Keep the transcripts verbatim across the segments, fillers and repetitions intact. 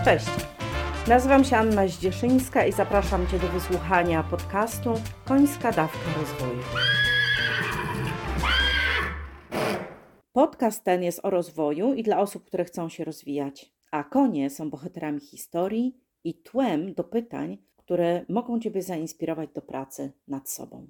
Cześć, nazywam się Anna Zdzieszyńska i zapraszam Cię do wysłuchania podcastu Końska dawka rozwoju. Podcast ten jest o rozwoju i dla osób, które chcą się rozwijać, a konie są bohaterami historii i tłem do pytań, które mogą Ciebie zainspirować do pracy nad sobą.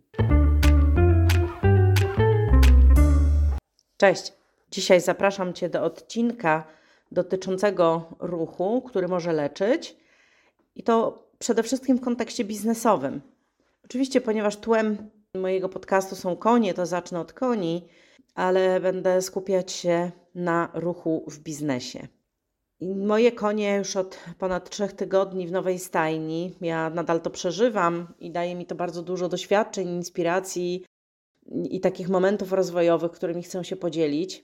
Cześć, dzisiaj zapraszam Cię do odcinka dotyczącego ruchu, który może leczyć i to przede wszystkim w kontekście biznesowym. Oczywiście, ponieważ tłem mojego podcastu są konie, to zacznę od koni, ale będę skupiać się na ruchu w biznesie. I moje konie już od ponad trzech tygodni w nowej stajni. Ja nadal to przeżywam i daje mi to bardzo dużo doświadczeń, inspiracji i takich momentów rozwojowych, którymi chcę się podzielić.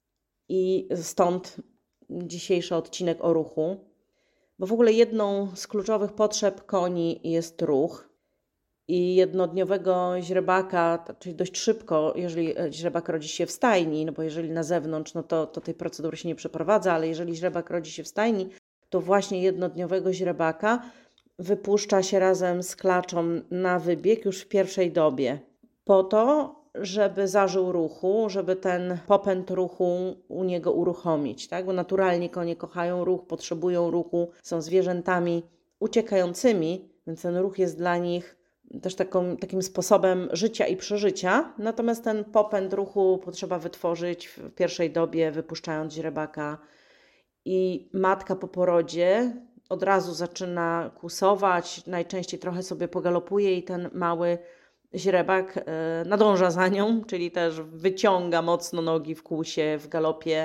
I stąd dzisiejszy odcinek o ruchu, bo w ogóle jedną z kluczowych potrzeb koni jest ruch i jednodniowego źrebaka, czyli dość szybko, jeżeli źrebak rodzi się w stajni, no bo jeżeli na zewnątrz, no to, to tej procedury się nie przeprowadza, ale jeżeli źrebak rodzi się w stajni, to właśnie jednodniowego źrebaka wypuszcza się razem z klaczą na wybieg już w pierwszej dobie, po to, żeby zażył ruchu, żeby ten popęd ruchu u niego uruchomić, tak? Bo naturalnie konie kochają ruch, potrzebują ruchu, są zwierzętami uciekającymi, więc ten ruch jest dla nich też taką, takim sposobem życia i przeżycia. Natomiast ten popęd ruchu potrzeba wytworzyć w pierwszej dobie, wypuszczając źrebaka. I matka po porodzie od razu zaczyna kusować, najczęściej trochę sobie pogalopuje i ten mały źrebak nadąża za nią, czyli też wyciąga mocno nogi w kłusie, w galopie.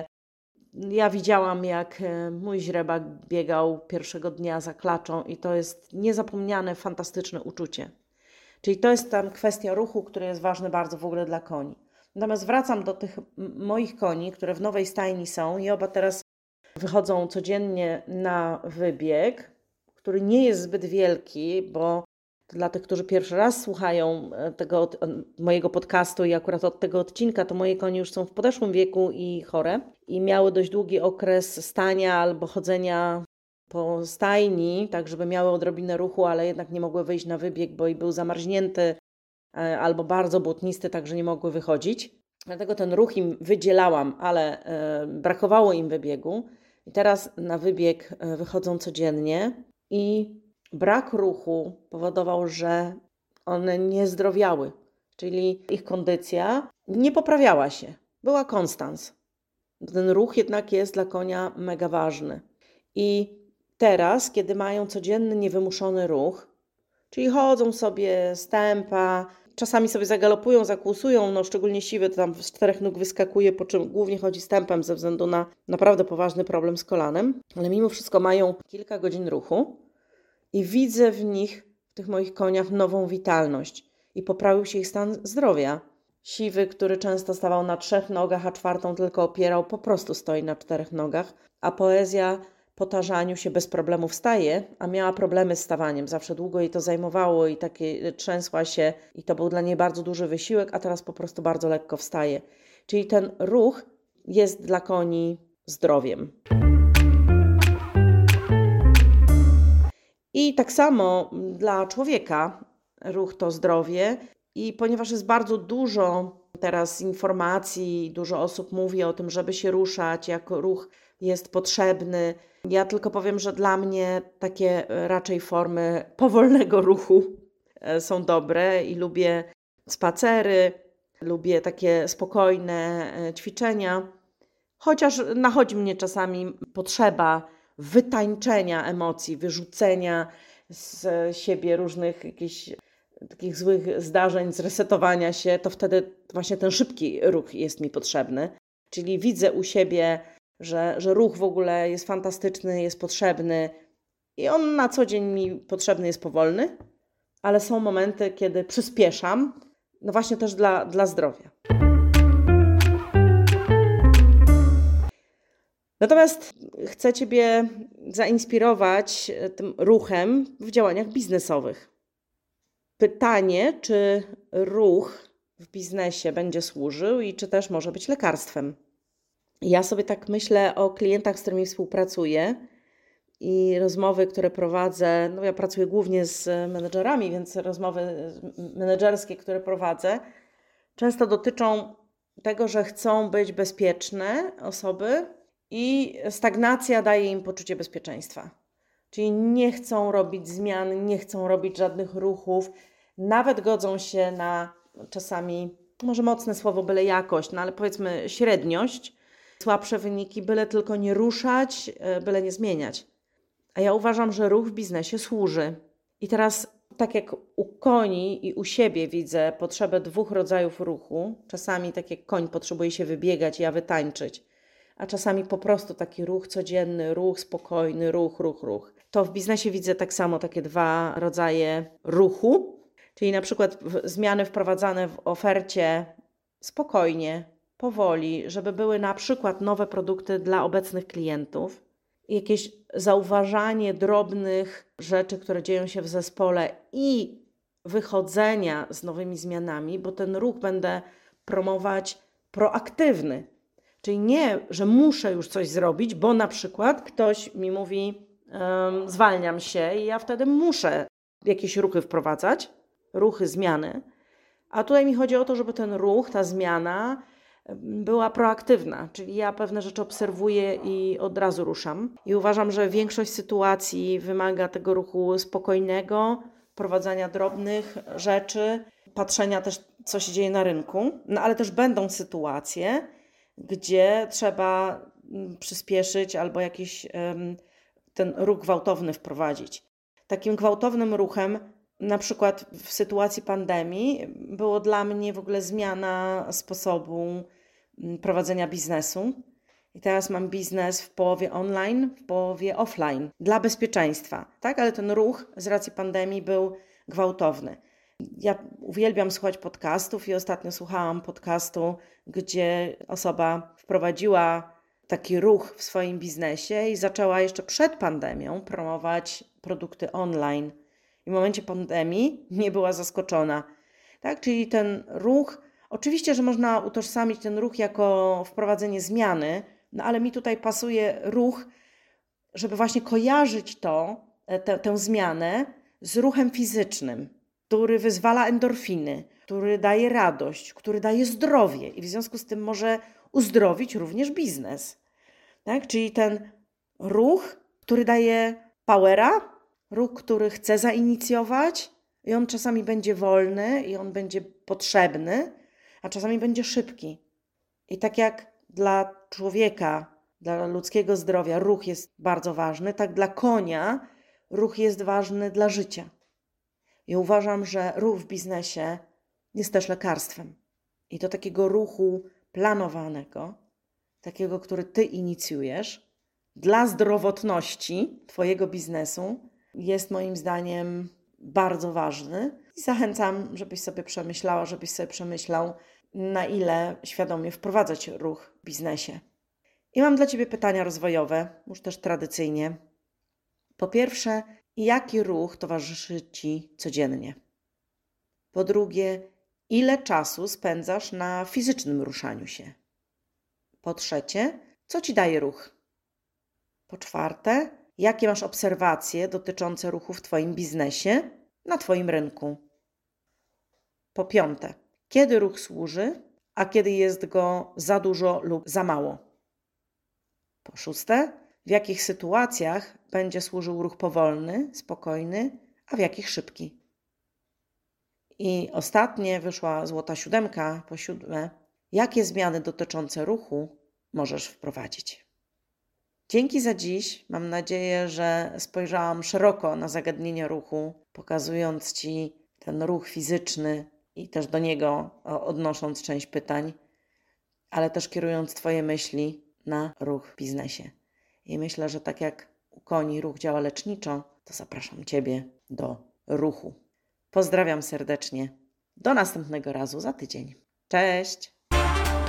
Ja widziałam, jak mój źrebak biegał pierwszego dnia za klaczą i to jest niezapomniane, fantastyczne uczucie. Czyli to jest tam kwestia ruchu, który jest ważny bardzo w ogóle dla koni. Natomiast wracam do tych moich koni, które w nowej stajni są i oba teraz wychodzą codziennie na wybieg, który nie jest zbyt wielki, bo dla tych, którzy pierwszy raz słuchają tego mojego podcastu i akurat od tego odcinka, to moje konie już są w podeszłym wieku i chore i miały dość długi okres stania albo chodzenia po stajni, tak żeby miały odrobinę ruchu, ale jednak nie mogły wyjść na wybieg, bo i był zamarznięty albo bardzo błotnisty, tak że nie mogły wychodzić. Dlatego ten ruch im wydzielałam, ale brakowało im wybiegu i teraz na wybieg wychodzą codziennie i brak ruchu powodował, że one nie zdrowiały, czyli ich kondycja nie poprawiała się. Była konstans. Ten ruch jednak jest dla konia mega ważny. I teraz, kiedy mają codzienny, niewymuszony ruch, czyli chodzą sobie z tempa, czasami sobie zagalopują, zakłusują, no szczególnie siwy to tam z czterech nóg wyskakuje, po czym głównie chodzi z tempem ze względu na naprawdę poważny problem z kolanem, ale mimo wszystko mają kilka godzin ruchu, i widzę w nich, w tych moich koniach, nową witalność i poprawił się ich stan zdrowia. Siwy, który często stawał na trzech nogach, a czwartą tylko opierał, po prostu stoi na czterech nogach, a Poezja po tarzaniu się bez problemu wstaje, a miała problemy z stawaniem. Zawsze długo jej to zajmowało i takie trzęsła się i to był dla niej bardzo duży wysiłek, a teraz po prostu bardzo lekko wstaje. Czyli ten ruch jest dla koni zdrowiem. I tak samo dla człowieka ruch to zdrowie i ponieważ jest bardzo dużo teraz informacji, dużo osób mówi o tym, żeby się ruszać, jak ruch jest potrzebny. Ja tylko powiem, że dla mnie takie raczej formy powolnego ruchu są dobre i lubię spacery, lubię takie spokojne ćwiczenia, chociaż nachodzi mnie czasami potrzeba wytańczenia emocji, wyrzucenia z siebie różnych jakichś takich złych zdarzeń, zresetowania się, to wtedy właśnie ten szybki ruch jest mi potrzebny. Czyli widzę u siebie, że, że ruch w ogóle jest fantastyczny, jest potrzebny i on na co dzień mi potrzebny jest powolny, ale są momenty, kiedy przyspieszam, no właśnie też dla, dla zdrowia. Natomiast chcę Ciebie zainspirować tym ruchem w działaniach biznesowych. Pytanie, czy ruch w biznesie będzie służył i czy też może być lekarstwem. Ja sobie tak myślę o klientach, z którymi współpracuję i rozmowy, które prowadzę, no ja pracuję głównie z menedżerami, więc rozmowy menedżerskie, które prowadzę, często dotyczą tego, że chcą być bezpieczne osoby i stagnacja daje im poczucie bezpieczeństwa. Czyli nie chcą robić zmian, nie chcą robić żadnych ruchów, nawet godzą się na czasami, może mocne słowo, byle jakość, no ale powiedzmy średniość, słabsze wyniki, byle tylko nie ruszać, byle nie zmieniać. A ja uważam, że ruch w biznesie służy. I teraz, tak jak u koni i u siebie widzę potrzebę dwóch rodzajów ruchu, czasami tak jak koń potrzebuje się wybiegać i ja wytańczyć, a czasami po prostu taki ruch codzienny, ruch spokojny, ruch, ruch, ruch. To w biznesie widzę tak samo takie dwa rodzaje ruchu, czyli na przykład zmiany wprowadzane w ofercie spokojnie, powoli, żeby były na przykład nowe produkty dla obecnych klientów, jakieś zauważanie drobnych rzeczy, które dzieją się w zespole i wychodzenia z nowymi zmianami, bo ten ruch będę promować proaktywny. Czyli nie, że muszę już coś zrobić, bo na przykład ktoś mi mówi, um, zwalniam się i ja wtedy muszę jakieś ruchy wprowadzać, ruchy, zmiany. A tutaj mi chodzi o to, żeby ten ruch, ta zmiana była proaktywna, czyli ja pewne rzeczy obserwuję i od razu ruszam. I uważam, że większość sytuacji wymaga tego ruchu spokojnego, prowadzenia drobnych rzeczy, patrzenia też, co się dzieje na rynku. No ale też będą sytuacje, gdzie trzeba przyspieszyć albo jakiś um, ten ruch gwałtowny wprowadzić. Takim gwałtownym ruchem, na przykład w sytuacji pandemii, było dla mnie w ogóle zmiana sposobu prowadzenia biznesu. I teraz mam biznes w połowie online, w połowie offline, dla bezpieczeństwa, tak? Ale ten ruch z racji pandemii był gwałtowny. Ja uwielbiam słuchać podcastów i ostatnio słuchałam podcastu, gdzie osoba wprowadziła taki ruch w swoim biznesie i zaczęła jeszcze przed pandemią promować produkty online. I w momencie pandemii nie była zaskoczona. Tak? Czyli ten ruch, oczywiście, że można utożsamić ten ruch jako wprowadzenie zmiany, no ale mi tutaj pasuje ruch, żeby właśnie kojarzyć to, te, tę zmianę z ruchem fizycznym, który wyzwala endorfiny, który daje radość, który daje zdrowie i w związku z tym może uzdrowić również biznes. Tak? Czyli ten ruch, który daje powera, ruch, który chce zainicjować i on czasami będzie wolny i on będzie potrzebny, a czasami będzie szybki. I tak jak dla człowieka, dla ludzkiego zdrowia ruch jest bardzo ważny, tak dla konia ruch jest ważny dla życia. I uważam, że ruch w biznesie jest też lekarstwem. I do takiego ruchu planowanego, takiego, który ty inicjujesz, dla zdrowotności twojego biznesu jest moim zdaniem bardzo ważny. I zachęcam, żebyś sobie przemyślała, żebyś sobie przemyślał, na ile świadomie wprowadzać ruch w biznesie. I mam dla ciebie pytania rozwojowe, już też tradycyjnie. Po pierwsze, jaki ruch towarzyszy ci codziennie? Po drugie, ile czasu spędzasz na fizycznym ruszaniu się? Po trzecie, co ci daje ruch? Po czwarte, jakie masz obserwacje dotyczące ruchu w twoim biznesie, na twoim rynku? Po piąte, kiedy ruch służy, a kiedy jest go za dużo lub za mało? Po szóste, w jakich sytuacjach będzie służył ruch powolny, spokojny, a w jakich szybki? I ostatnie wyszła złota siódemka, po siódme, jakie zmiany dotyczące ruchu możesz wprowadzić? Dzięki za dziś. Mam nadzieję, że spojrzałam szeroko na zagadnienie ruchu, pokazując ci ten ruch fizyczny i też do niego odnosząc część pytań, ale też kierując twoje myśli na ruch w biznesie. I myślę, że tak jak u koni ruch działa leczniczo, to zapraszam ciebie do ruchu. Pozdrawiam serdecznie. Do następnego razu za tydzień. Cześć!